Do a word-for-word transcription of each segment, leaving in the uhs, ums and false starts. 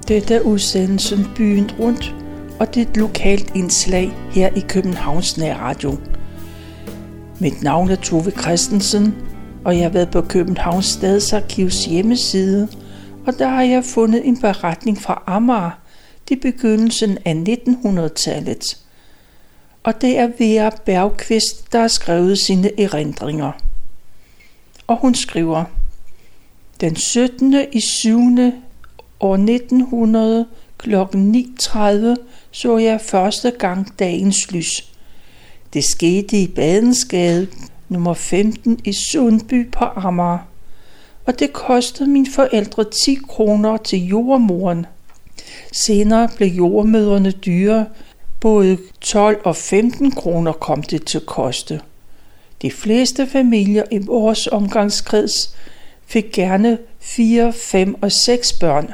Dette er udsendelsen Byen Rundt, og det er et lokalt indslag her i Københavns Nærradio. Mit navn er Tove Christensen, og jeg har været på Københavns Stadsarkivs hjemmeside, og der har jeg fundet en beretning fra Amager, det er begyndelsen af nitten hundrede-tallet. Og det er Vera Bergqvist, der har skrevet sine erindringer. Og hun skriver: Den syttende i syvende år nitten hundrede klokken ni tredive så jeg første gang dagens lys. Det skete i Badensgade nummer femten i Sundby på Amager, og det kostede mine forældre ti kroner til jordmoren. Senere blev jordmødrene dyre, både tolv og femten kroner kom det til koste. De fleste familier i vores omgangskreds fik gerne fire, fem og seks børn.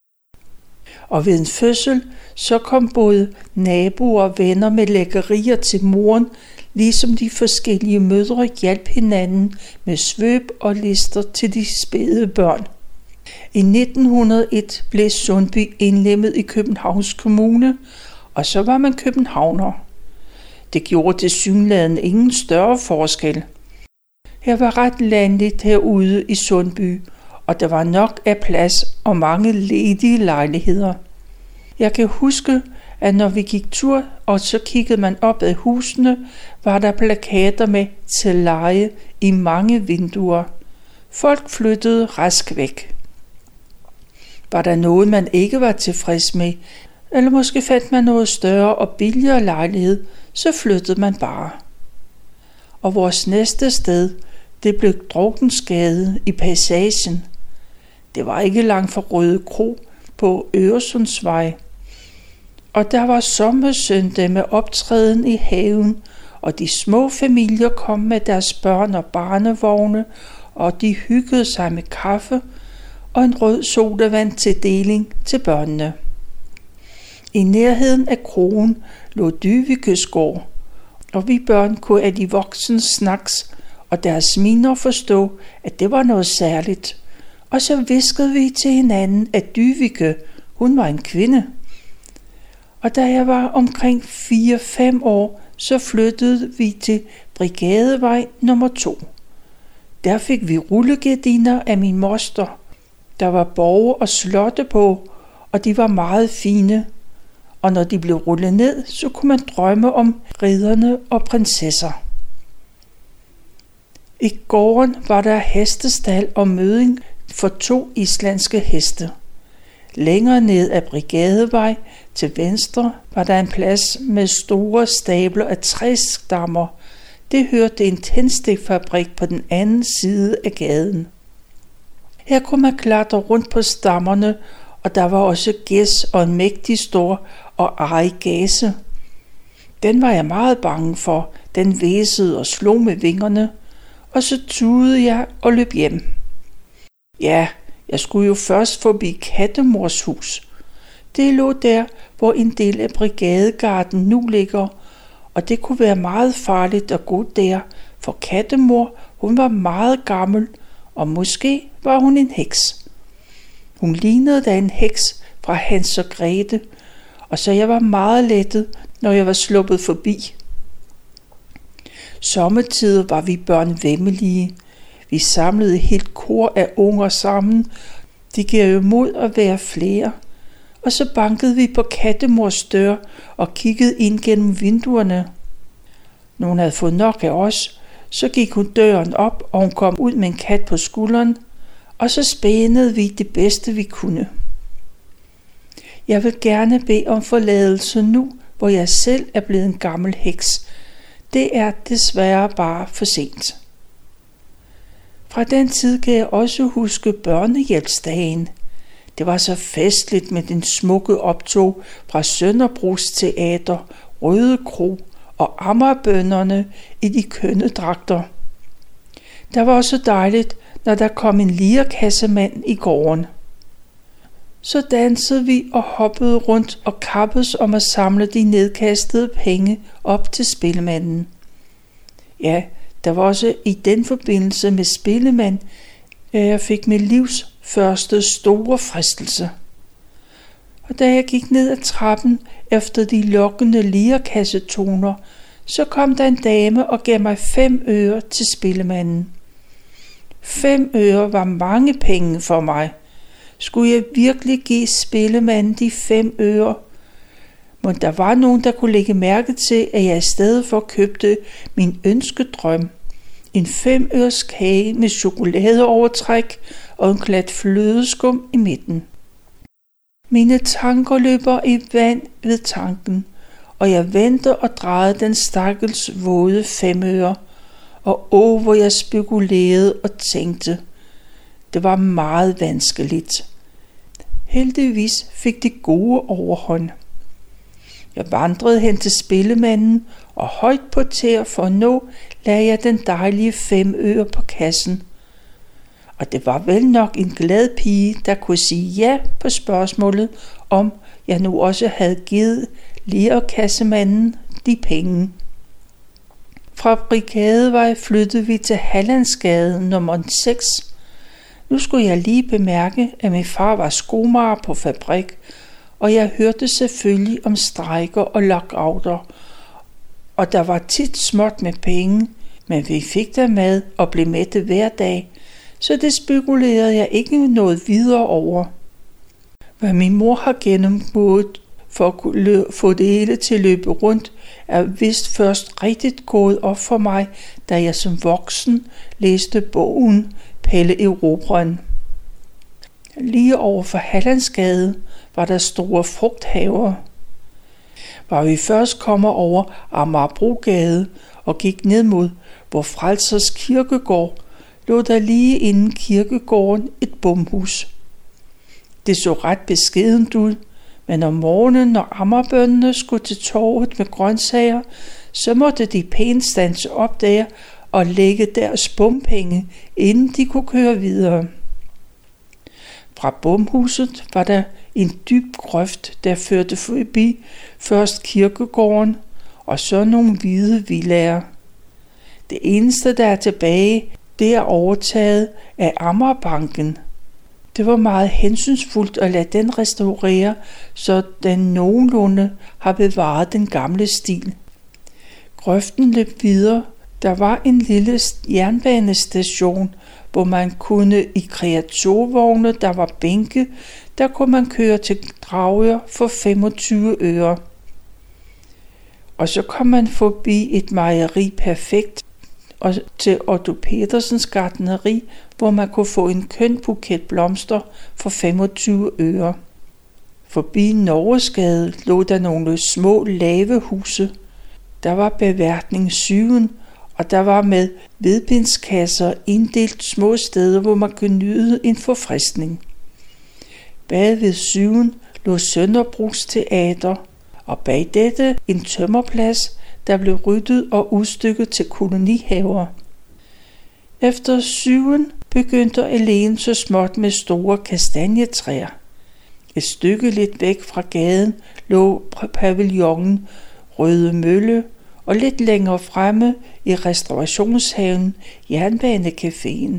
Og ved en fødsel, så kom både naboer og venner med lækkerier til moren, ligesom de forskellige mødre hjalp hinanden med svøb og lister til de spæde børn. I nitten hundrede og et blev Sundby indlemmet i Københavns Kommune, og så var man københavner. Det gjorde tilsyneladende ingen større forskel. Her var ret landligt herude i Sundby, og der var nok af plads og mange ledige lejligheder. Jeg kan huske, at når vi gik tur, og så kiggede man op ad husene, var der plakater med til leje i mange vinduer. Folk flyttede rask væk. Var der noget, man ikke var tilfreds med, eller måske fandt man noget større og billigere lejlighed, så flyttede man bare. Og vores næste sted, det blev Drukensgade i Passagen. Det var ikke langt fra Røde Kro på Øresundsvej. Og der var sommersøndag med optræden i haven, og de små familier kom med deres børn og barnevogne, og de hyggede sig med kaffe og en rød sodavand til deling til børnene. I nærheden af kroen lå Dyvikes gård, og vi børn kunne af de voksnes snaks og deres miner forstå, at det var noget særligt. Og så hviskede vi til hinanden, at Dyvike, hun var en kvinde. Og da jeg var omkring fire fem år, så flyttede vi til Brigadevej nummer to. Der fik vi rullegardiner af min moster. Der var borge og slotte på, og de var meget fine. Og når de blev rullet ned, så kunne man drømme om ridderne og prinsesser. I gården var der hestestal og møding for to islandske heste. Længere ned ad Brigadevej til venstre var der en plads med store stabler af træstammer. Det hørte en tændstikfabrik på den anden side af gaden. Her kunne man klatre rundt på stammerne, og der var også gæs og en mægtig stor og ej gase. Den var jeg meget bange for. Den hvæsede og slog med vingerne, og så tudede jeg og løb hjem. Ja, jeg skulle jo først forbi Kattemors hus. Det lå der, hvor en del af Brigadegarden nu ligger, og det kunne være meget farligt at gå der, for Kattemor, hun var meget gammel, og måske var hun en heks. Hun lignede da en heks fra Hans og Grete, og så jeg var meget lettet, når jeg var sluppet forbi. Sommetider var vi børn væmmelige. Vi samlede helt kor af unger sammen. De gav jo mod at være flere. Og så bankede vi på Kattemors dør og kiggede ind gennem vinduerne. Når hun havde fået nok af os, så gik hun døren op, og hun kom ud med en kat på skulderen, og så spænede vi det bedste vi kunne. Jeg vil gerne bede om forladelse nu, hvor jeg selv er blevet en gammel heks. Det er desværre bare for sent. Fra den tid kan jeg også huske børnehjælpsdagen. Det var så festligt med den smukke optog fra Sønderbros Teater, Røde Kro og Amagerbønderne i de kønne dragter. Der var også dejligt, når der kom en lirekassemand i gården. Så dansede vi og hoppede rundt og kappedes om at samle de nedkastede penge op til spillemanden. Ja, der var også i den forbindelse med spillemand, jeg fik mit livs første store fristelse. Og da jeg gik ned ad trappen efter de lokkende lirekassetoner, så kom der en dame og gav mig fem øre til spillemanden. Fem øre var mange penge for mig. Skulle jeg virkelig give spillemanden de fem øre? Men der var nogen, der kunne lægge mærke til, at jeg i stedet for købte min ønskedrøm. En fem øres kage med chokoladeovertræk og en klat flødeskum i midten. Mine tanker løber i vand ved tanken, og jeg vendte og drejede den stakkels våde femøre, og åh, hvor jeg spekulerede og tænkte. Det var meget vanskeligt. Heldigvis fik det gode overhånd. Jeg vandrede hen til spillemanden, og højt på tæer for at nå, lagde jeg den dejlige fem øre på kassen. Og det var vel nok en glad pige, der kunne sige ja på spørgsmålet, om jeg nu også havde givet lirekassemanden de penge. Fra Brigadevej flyttede vi til Hallandsgade nummer seks. Nu skulle jeg lige bemærke, at min far var skomager på fabrik, og jeg hørte selvfølgelig om strejker og lockouter, og der var tit småt med penge, men vi fik der mad og blev mætte hver dag, så det spekulerede jeg ikke noget videre over. Hvad min mor har gennemgået for at kunne få det hele til at løbe rundt, er vist først rigtigt gået op for mig, da jeg som voksen læste bogen Pelle Erobreren. Lige over for Hallandsgade var der store frugthaver. Var vi først kommer over Amagerbrogade og gik ned mod Vor Frelsers Kirkegård, lå der lige inden kirkegården et bomhus. Det så ret beskedent ud, men om morgenen, når ammerbønderne skulle til torvet med grøntsager, så måtte de pænt standse op der og lægge deres bompenge, inden de kunne køre videre. Fra bomhuset var der en dyb grøft, der førte forbi først kirkegården og så nogle hvide villaer. Det eneste, der er tilbage, det er overtaget af Amagerbanken. Det var meget hensynsfuldt at lade den restaurere, så den nogenlunde har bevaret den gamle stil. Grøften løb videre. Der var en lille jernbanestation, hvor man kunne i kreaturvogne, der var bænke, der kunne man køre til Dragør for femogtyve øre. Og så kom man forbi et mejeri Perfekt og til Otto Petersens gartneri, hvor man kunne få en køn buket blomster for femogtyve øre. Forbi Norgesgade lå der nogle små lave huse. Der var beværtning syven, og der var med vedbindskasser inddelt små steder, hvor man kunne nyde en forfriskning. Bag ved syven lå Sønderbrugs Teater, og bag dette en tømmerplads, der blev ryddet og udstykket til kolonihaver. Efter syven begyndte alene så småt med store kastanjetræer. Et stykke lidt væk fra gaden lå pavillonen Røde Mølle, og lidt længere fremme i restaurationshaven Jernbanecaféen.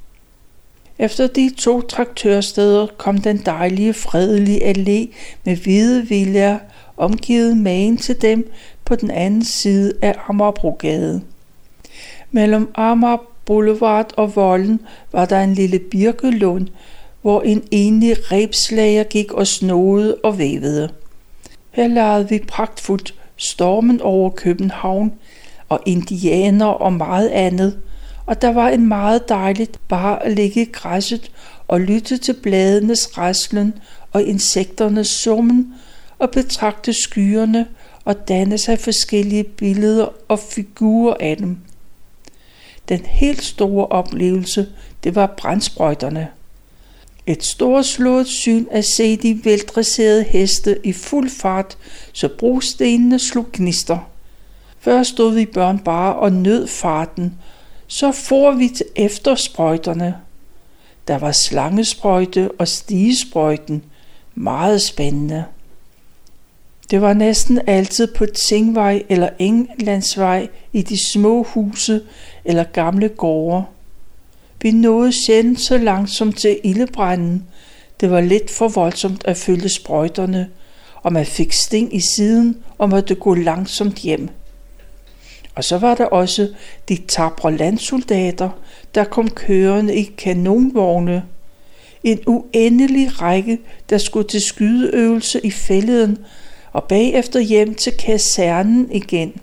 Efter de to traktørsteder kom den dejlige, fredelige allé med hvide villaer, omgivet magen til dem på den anden side af Amagerbrogade. Mellem Amager Boulevard og Volden var der en lille birkelund, hvor en enlig rebslager gik og snodede og vævede. Her legede vi pragtfuldt Stormen over København og indianer og meget andet, og der var en meget dejligt bare at ligge i græsset og lytte til bladenes raslen og insekternes summen og betragte skyerne og danne sig forskellige billeder og figurer af dem. Den helt store oplevelse, det var brandsprøjterne. Et storslået syn at se de veldresserede heste i fuld fart, så brostenene slog gnister. Først stod vi børn bare og nød farten, så for vi til eftersprøjterne. Der var slangesprøjte og stigesprøjten, meget spændende. Det var næsten altid på Tingvej eller Englandsvej i de små huse eller gamle gårde. Vi nåede sjældent så langt som til ildebranden, Det var lidt for voldsomt at følge sprøjterne, og man fik sting i siden og måtte gå langsomt hjem. Og så var der også de tapre landsoldater, der kom kørende i kanonvogne. En uendelig række, der skulle til skydeøvelse i fælleden og bagefter hjem til kasernen igen.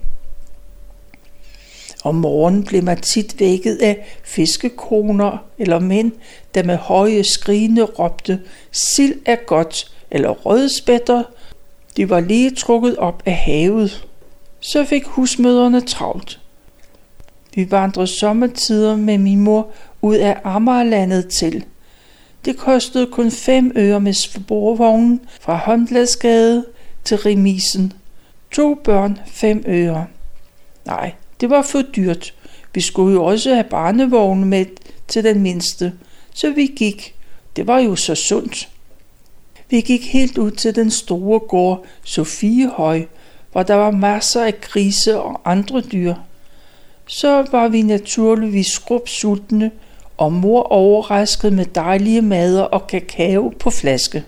Om morgenen blev man tit vækket af fiskekoner eller mænd, der med høje skrigende råbte, sild er godt, eller rødspætter. De var lige trukket op af havet. Så fik husmødrene travlt. Vi vandrede sommetider med min mor ud af Amagerlandet til. Det kostede kun fem øre med sporvognen fra Håndbladsgade til Remisen. To børn, fem øre. Nej, det var for dyrt. Vi skulle jo også have barnevognen med til den mindste, så vi gik. Det var jo så sundt. Vi gik helt ud til den store gård Sofiehøj, hvor der var masser af grise og andre dyr. Så var vi naturligvis skrubsultne, og mor overraskede med dejlige mader og kakao på flaske.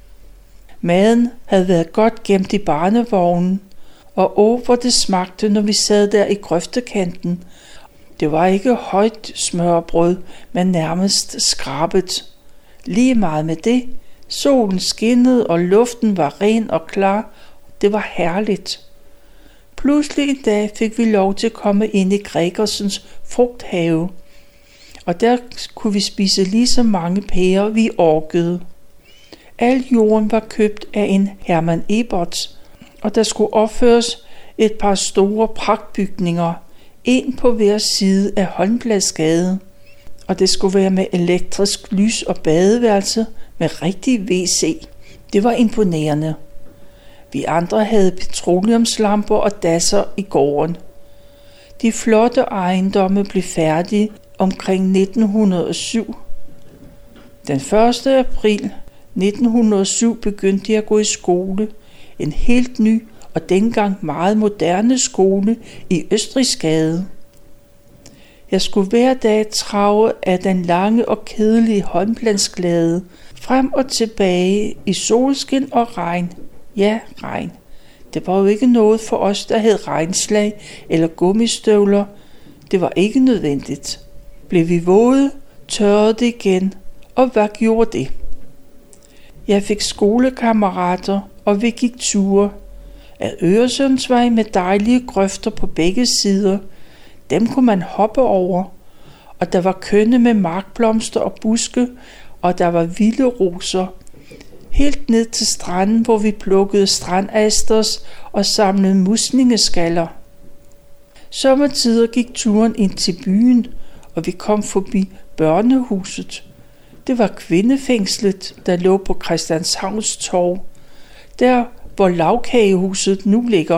Maden havde været godt gemt i barnevognen, og åh, hvor det smagte, når vi sad der i grøftekanten. Det var ikke højt smørbrød, men nærmest skrabet. Lige meget med det. Solen skinnede, og luften var ren og klar. Det var herligt. Pludselig en dag fik vi lov til at komme ind i Gregersens frugthave, og der kunne vi spise lige så mange pærer, vi orkede. Al jorden var købt af en Hermann Eberts, og der skulle opføres et par store pragtbygninger, en på hver side af Håndbladsgade, og det skulle være med elektrisk lys og badeværelse med rigtig W C. Det var imponerende. Vi andre havde petroleumslamper og dasser i gården. De flotte ejendomme blev færdige omkring nitten hundrede og syv. Den første april nitten hundrede og syv begyndte jeg at gå i skole. En helt ny og dengang meget moderne skole i Østrigsgade. Jeg skulle hver dag trave af den lange og kedelige Håndbladsgade frem og tilbage i solskin og regn. Ja, regn. Det var jo ikke noget for os, der havde regnslag eller gummistøvler. Det var ikke nødvendigt. Blev vi våde, tørrede det igen, og hvad gjorde det? Jeg fik skolekammerater, og vi gik ture. Ad Øresundsvej med dejlige grøfter på begge sider. Dem kunne man hoppe over, og der var kønne med markblomster og buske, og der var vilde roser. Helt ned til stranden, hvor vi plukkede strandasters og samlede muslingeskaller. Sommetider gik turen ind til byen, og vi kom forbi børnehuset. Det var kvindefængslet, der lå på Christianshavns Torv, der hvor Lagkagehuset nu ligger.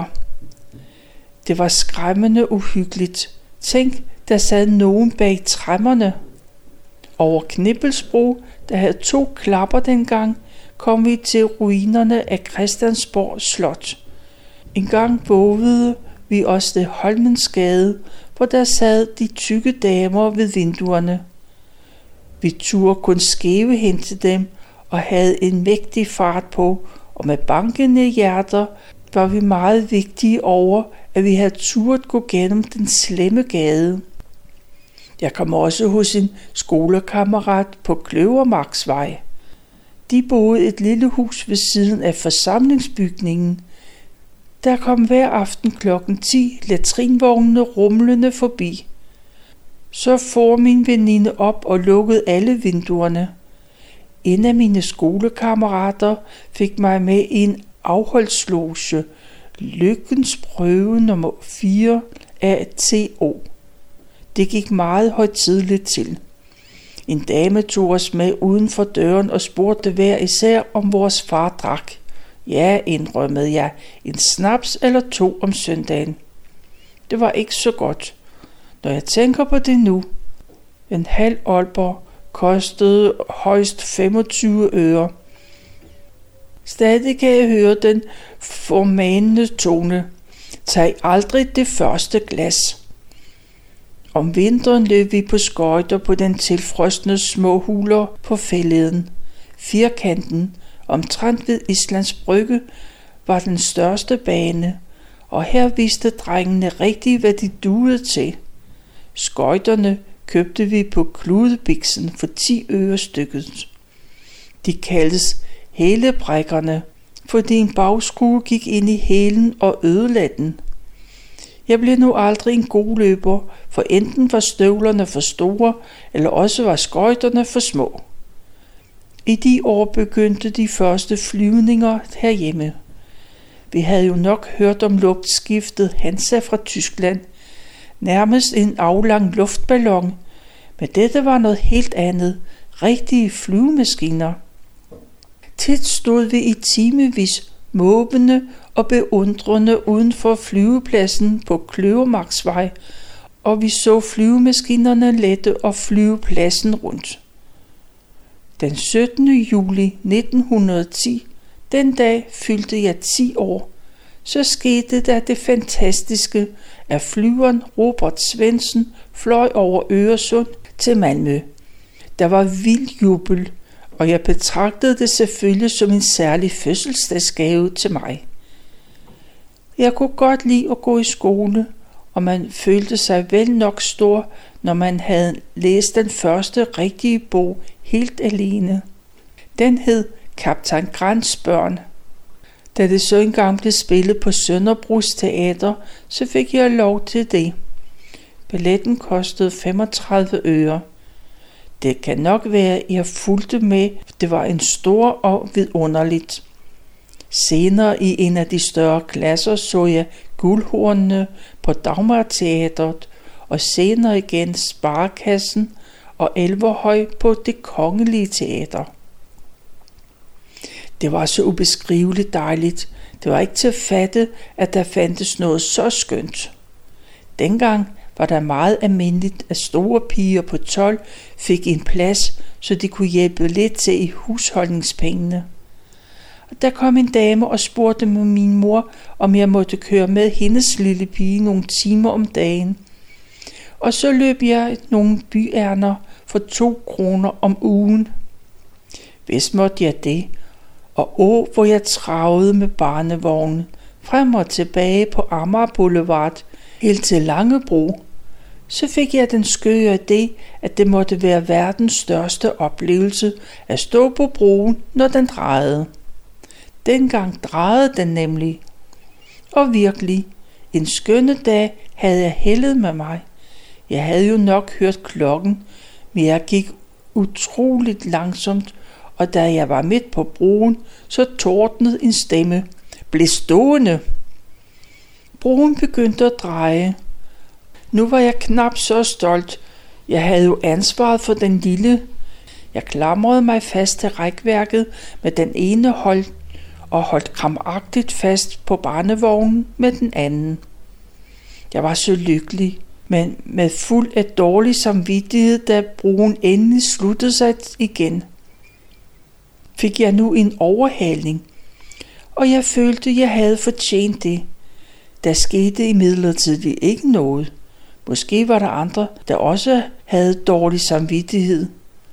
Det var skræmmende uhyggeligt. Tænk, der sad nogen bag tremmerne. Over Knippelsbro, der havde to klapper dengang, kom vi til ruinerne af Christiansborg Slot. En gang vågede vi også ved Holmensgade, hvor der sad de tykke damer ved vinduerne. Vi turde kun skæve hen til dem og havde en mægtig fart på, og med bankende hjerter var vi meget vigtige over, at vi havde turt gå gennem den slemme gade. Jeg kom også hos en skolekammerat på Kløvermarksvej. De boede i et lille hus ved siden af forsamlingsbygningen. Der kom hver aften klokken ti latrinvognene rumlende forbi. Så for min veninde op og lukkede alle vinduerne. En af mine skolekammerater fik mig med i en afholdsloge, Lykkens prøve nummer fire A T O. Det gik meget højtideligt til. En dame tog os med uden for døren og spurgte hver især, om vores far drak. Ja, indrømmede jeg, en snaps eller to om søndagen. Det var ikke så godt. Når jeg tænker på det nu, en halv Aalborg kostede højst femogtyve øre. Stadig kan jeg høre den formanende tone. Tag aldrig det første glas. Om vinteren løb vi på skøjter på den tilfrosne små huler på fælleden. Firkanten, omtrent ved Islands Brygge, var den største bane, og her viste drengene rigtigt, hvad de duede til. Skøjterne købte vi på Kludebiksen for ti øre stykket. De kaldes hælebrækkerne, fordi en bagskrue gik ind i hælen og ødelagde den. Jeg blev nu aldrig en god løber, for enten var støvlerne for store, eller også var skøjterne for små. I de år begyndte de første flyvninger herhjemme. Vi havde jo nok hørt om luftskiftet Hansa fra Tyskland, nærmest en aflang luftballon, men dette var noget helt andet, rigtige flyvemaskiner. Tit stod vi i timevis måbende og beundrende uden for flyvepladsen på Kløvermarksvej, og vi så flyvemaskinerne lette og flyve pladsen rundt. Den syttende juli nitten ti, den dag fyldte jeg ti år, så skete der det fantastiske, at flyveren Robert Svendsen fløj over Øresund til Malmø. Der var vild jubel, og jeg betragtede det selvfølgelig som en særlig fødselsdagsgave til mig. Jeg kunne godt lide at gå i skole, og man følte sig vel nok stor, når man havde læst den første rigtige bog helt alene. Den hed Kaptajn Grants Børn. Da det så engang blev spillet på Sønderbros Teater, så fik jeg lov til det. Billetten kostede femogtredive øre. Det kan nok være, at jeg fulgte med. Det var en stor og vidunderligt. Senere i en af de større klasser så jeg Guldhornene på Dagmarteatret, og senere igen Sparekassen og Elverhøj på Det Kongelige Teater. Det var så ubeskriveligt dejligt. Det var ikke til at fatte, at der fandtes noget så skønt. Dengang var der meget almindeligt, at store piger på tolv fik en plads, så de kunne hjælpe lidt til i husholdningspengene. Og der kom en dame og spurgte med min mor, om jeg måtte køre med hendes lille pige nogle timer om dagen. Og så løb jeg nogle byærner for to kroner om ugen. Hvis måtte jeg det, og åh, hvor jeg travede med barnevognen, frem og tilbage på Amager Boulevard, helt til Langebro. Så fik jeg den skøre idé, at det måtte være verdens største oplevelse at stå på broen, når den drejede. Dengang drejede den nemlig. Og virkelig, en skønne dag havde jeg heldet med mig. Jeg havde jo nok hørt klokken, men jeg gik utroligt langsomt, og da jeg var midt på broen, så tordnede en stemme. Bliv stående! Broen begyndte at dreje. Nu var jeg knap så stolt. Jeg havde jo ansvaret for den lille. Jeg klamrede mig fast til rækværket med den ene hold og holdt krampagtigt fast på barnevognen med den anden. Jeg var så lykkelig, men med fuld af dårlig samvittighed, da broen endelig sluttede sig igen. Fik jeg nu en overhaling, og jeg følte, jeg havde fortjent det. Der skete imidlertid ikke noget. Måske var der andre, der også havde dårlig samvittighed.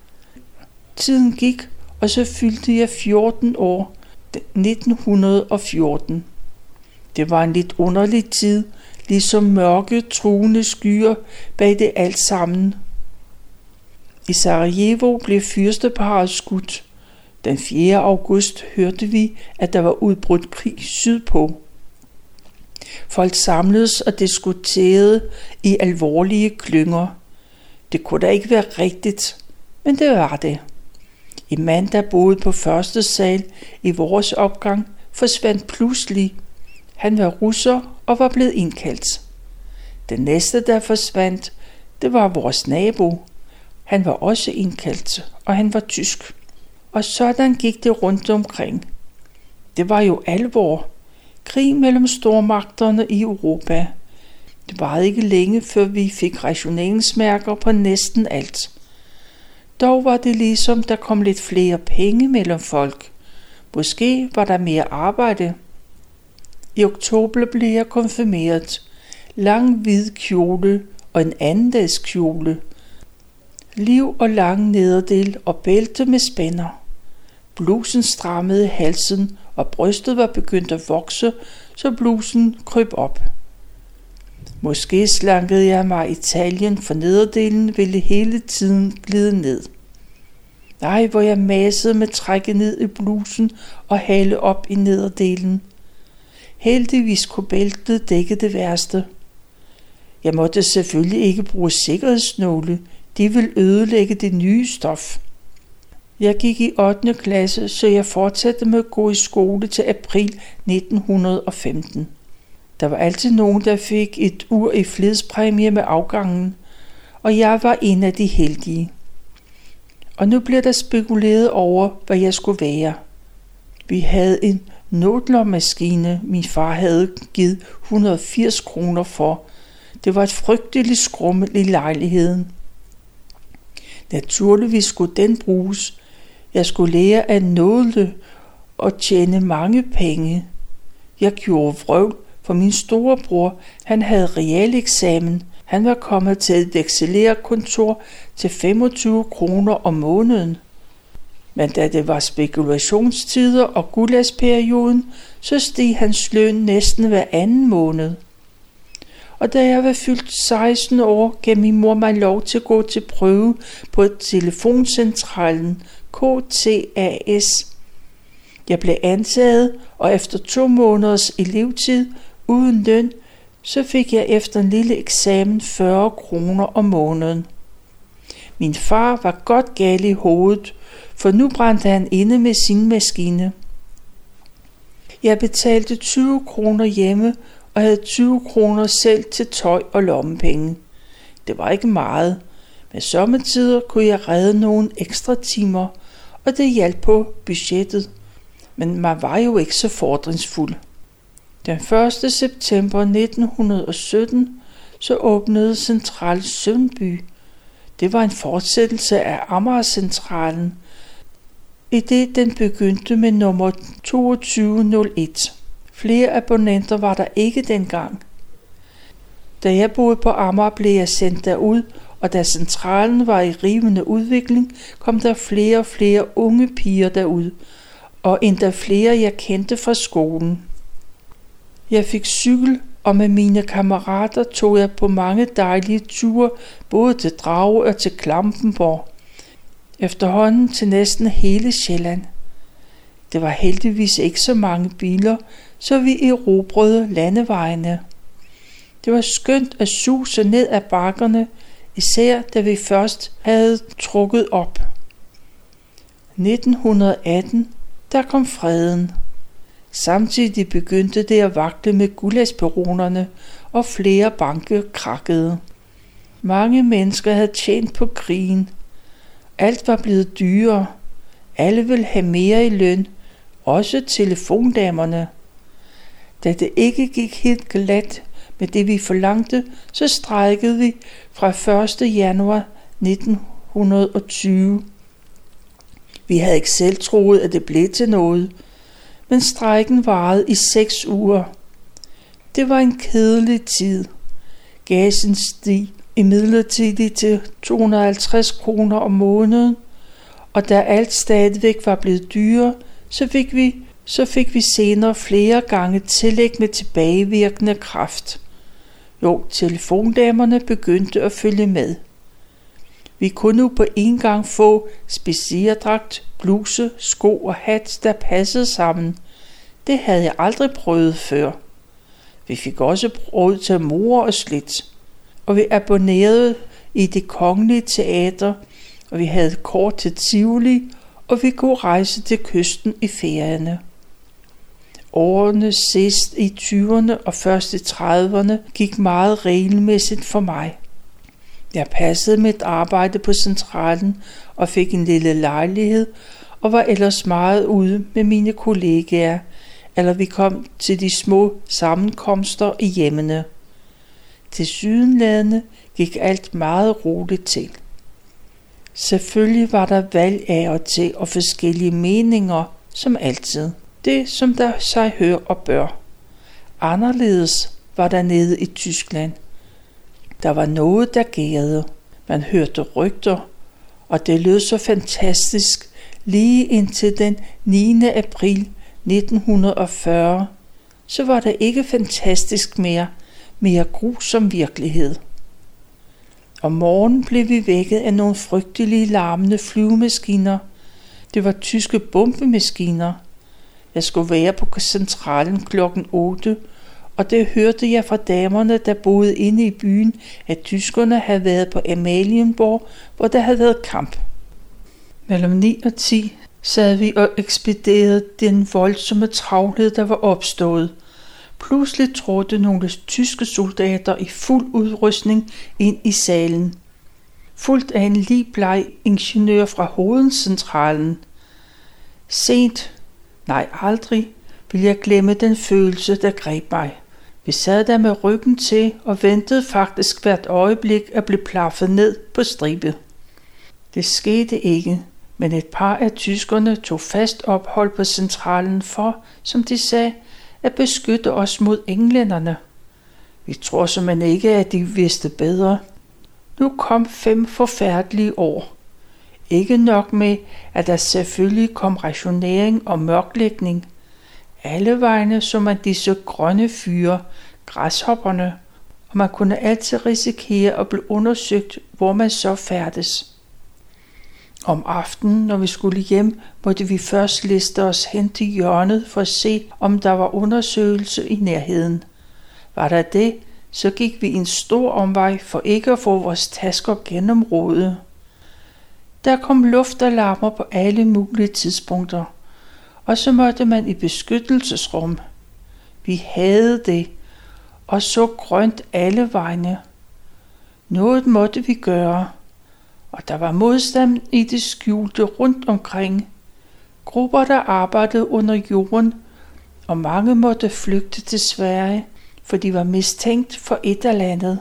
Tiden gik, og så fyldte jeg fjorten år, nitten fjorten. Det var en lidt underlig tid, ligesom mørke, truende skyer bag det alt sammen. I Sarajevo blev fyrsteparret skudt. Den fjerde august hørte vi, at der var udbrudt krig sydpå. Folk samledes og diskuterede i alvorlige klynger. Det kunne da ikke være rigtigt, men det var det. En mand, der boede på første sal i vores opgang, forsvandt pludselig. Han var russer og var blevet indkaldt. Den næste, der forsvandt, det var vores nabo. Han var også indkaldt, og han var tysk. Og sådan gik det rundt omkring. Det var jo alvor. Krig mellem stormagterne i Europa. Det varede ikke længe, før vi fik rationeringsmærker på næsten alt. Dog var det ligesom, der kom lidt flere penge mellem folk. Måske var der mere arbejde. I oktober blev jeg konfirmeret. Lang hvid kjole og en andendags kjole. Liv og lang nederdel og bælte med spænder. Blusen strammede halsen, og brystet var begyndt at vokse, så blusen kryb op. Måske slankede jeg mig i taljen, for nederdelen ville hele tiden glide ned. Nej, hvor jeg masede med trække ned i blusen og hale op i nederdelen. Heldigvis kunne bæltet dække det værste. Jeg måtte selvfølgelig ikke bruge sikkerhedsnåle, de ville ødelægge det nye stof. Jeg gik i ottende klasse, så jeg fortsatte med at gå i skole til april nitten femten. Der var altid nogen, der fik et ur i fledspræmie med afgangen, og jeg var en af de heldige. Og nu blev der spekuleret over, hvad jeg skulle være. Vi havde en nodlermaskine, min far havde givet et hundrede og firs kroner for. Det var et frygteligt skrummel i lejligheden. Naturligvis skulle den bruges. Jeg skulle lære at nåle og tjene mange penge. Jeg gjorde vrøvl, for min storebror, han havde realeksamen. Han var kommet til et vekselererkontor til femogtyve kroner om måneden. Men da det var spekulationstider og gullagsperioden, så steg hans løn næsten hver anden måned. Og da jeg var fyldt seksten år, gav min mor mig lov til at gå til prøve på telefoncentralen K T A S. Jeg blev antaget, og efter to måneders elevtid uden løn, så fik jeg efter en lille eksamen fyrre kroner om måneden. Min far var godt gal i hovedet, for nu brændte han inde med sin maskine. Jeg betalte tyve kroner hjemme og havde tyve kroner selv til tøj og lommepenge. Det var ikke meget, men sommetider kunne jeg redde nogle ekstra timer, og det hjalp på budgettet. Men man var jo ikke så fordringsfuld. Den første september nitten sytten så åbnede Central Sundby. Det var en fortsættelse af Amagercentralen, i det den begyndte med nummer toogtyve nul et. Flere abonnenter var der ikke dengang. Da jeg boede på Amager, blev jeg sendt derud, og da centralen var i rivende udvikling, kom der flere og flere unge piger derud, og endda flere jeg kendte fra skolen. Jeg fik cykel, og med mine kammerater tog jeg på mange dejlige ture, både til Drage og til Klampenborg. Efterhånden til næsten hele Sjælland. Det var heldigvis ikke så mange biler, så vi erobrede landevejene. Det var skønt at suse ned ad bakkerne, især da vi først havde trukket op. nitten atten, der kom freden. Samtidig begyndte det at vakle med gullagsbaronerne, og flere banker krakkede. Mange mennesker havde tjent på krigen. Alt var blevet dyrere. Alle ville have mere i løn, også telefondamerne. Da det ikke gik helt glat med det vi forlangte, så strejkede vi fra første januar nitten tyve. Vi havde ikke selv troet, at det blev til noget, men strejken varede i seks uger. Det var en kedelig tid. Gassen steg imidlertid til to hundrede og halvtreds kroner om måneden, og da alt stadigvæk var blevet dyrere, så fik vi, så fik vi senere flere gange tillæg med tilbagevirkende kraft. Jo, telefondamerne begyndte at følge med. Vi kunne nu på en gang få specierdragt, bluse, sko og hat, der passede sammen. Det havde jeg aldrig prøvet før. Vi fik også råd til mor og slidt, og vi abonnerede i Det Kongelige Teater, og vi havde kort til Tivoli, og vi kunne rejse til kysten i ferierne. Årene sidst i tyverne og først i trediverne gik meget regelmæssigt for mig. Jeg passede mit arbejde på centralen og fik en lille lejlighed og var ellers meget ude med mine kollegaer, eller vi kom til de små sammenkomster i hjemmene. Tilsyneladende gik alt meget roligt til. Selvfølgelig var der valg af og til og forskellige meninger, som altid. Det, som der sig hør og bør. Anderledes var der nede i Tyskland. Der var noget, der gærede. Man hørte rygter, og det lød så fantastisk, lige indtil den niende april nitten fyrre, så var det ikke fantastisk mere, mere grusom virkelighed. Om morgenen blev vi vækket af nogle frygtelige larmende flyvemaskiner. Det var tyske bombemaskiner. Jeg skulle være på centralen klokken otte, og det hørte jeg fra damerne, der boede inde i byen, at tyskerne havde været på Amalienborg, hvor der havde været kamp. Mellem ni og ti sad vi og ekspederede den voldsomme travlhed, der var opstået. Pludselig trådte nogle tyske soldater i fuld udrustning ind i salen, fulgt af en ligbleg ingeniør fra hovedcentralen. Sent, nej aldrig, vil jeg glemme den følelse, der greb mig. Vi sad der med ryggen til og ventede faktisk hvert øjeblik at blive plaffet ned på stribe. Det skete ikke, men et par af tyskerne tog fast ophold på centralen for, som de sagde, at beskytte os mod englænderne. Vi tror simpelthen ikke, at de vidste bedre. Nu kom fem forfærdelige år. Ikke nok med, at der selvfølgelig kom rationering og mørklægning. Alle vegne så man disse grønne fyre, græshopperne, og man kunne altid risikere at blive undersøgt, hvor man så færdes. Om aftenen, når vi skulle hjem, måtte vi først liste os hen til hjørnet for at se, om der var undersøgelse i nærheden. Var der det, så gik vi en stor omvej for ikke at få vores tasker gennemrodet. Der kom luftalarmer på alle mulige tidspunkter, og så måtte man i beskyttelsesrum. Vi havde det, og så grønt alle vegne. Noget måtte vi gøre, og der var modstand i det skjulte rundt omkring. Grupper, der arbejdede under jorden, og mange måtte flygte til Sverige, for de var mistænkt for et eller andet.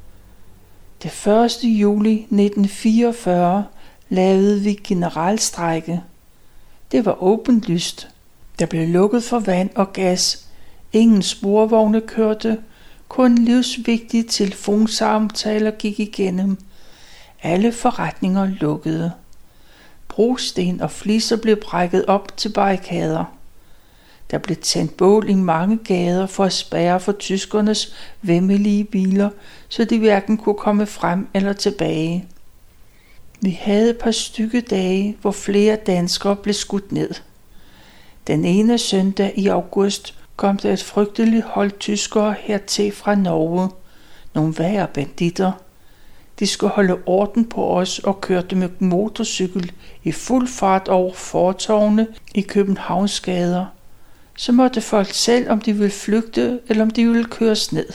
Det første juli nitten fireogfyrre lavede vi generalstrejke. Det var åbenlyst. Der blev lukket for vand og gas. Ingen sporvogne kørte. Kun livsvigtige telefonsamtaler gik igennem. Alle forretninger lukkede. Brosten og fliser blev brækket op til barrikader. Der blev tændt bål i mange gader for at spærre for tyskernes væmmelige biler, så de hverken kunne komme frem eller tilbage. Vi havde et par stykke dage, hvor flere danskere blev skudt ned. Den ene søndag i august kom der et frygteligt hold tyskere hertil fra Norge. Nogle værre banditter. De skulle holde orden på os og kørte med motorcykel i fuld fart over fortovene i Københavns gader. Så måtte folk selv, om de ville flygte eller om de ville køres ned.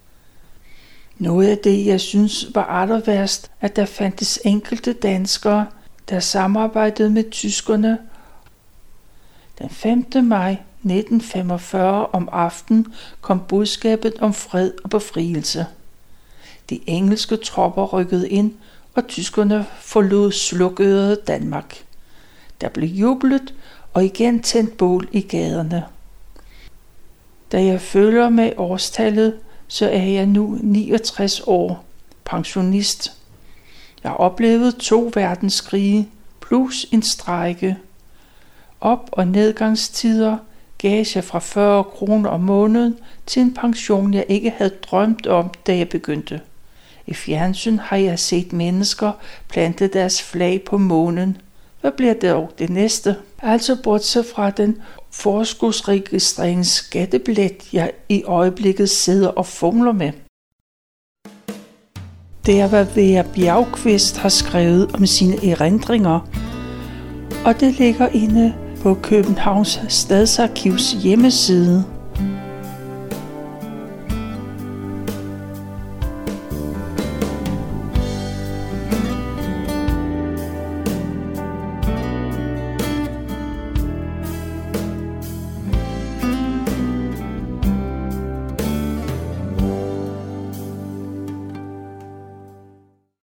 Noget af det, jeg synes var allerværst, at der fandtes enkelte danskere, der samarbejdede med tyskerne. Den femte maj nitten femogfyrre om aftenen kom budskabet om fred og befrielse. De engelske tropper rykkede ind, og tyskerne forlod slukøret Danmark. Der blev jublet og igen tændt bål i gaderne. Da jeg følger med årstallet, så er jeg nu niogtres år, pensionist. Jeg har oplevet to verdenskrige plus en strejke. Op- og nedgangstider, gage fra fyrre kroner om måneden til en pension, jeg ikke havde drømt om, da jeg begyndte. I fjernsyn har jeg set mennesker plante deres flag på månen. Hvad bliver det dog det næste? Altså bortset fra den forskudsregistrerings skattebillet, jeg i øjeblikket sidder og fumler med. Det er, hvad Vera Bjergqvist har skrevet om sine erindringer, og det ligger inde på Københavns Stadsarkivs hjemmeside.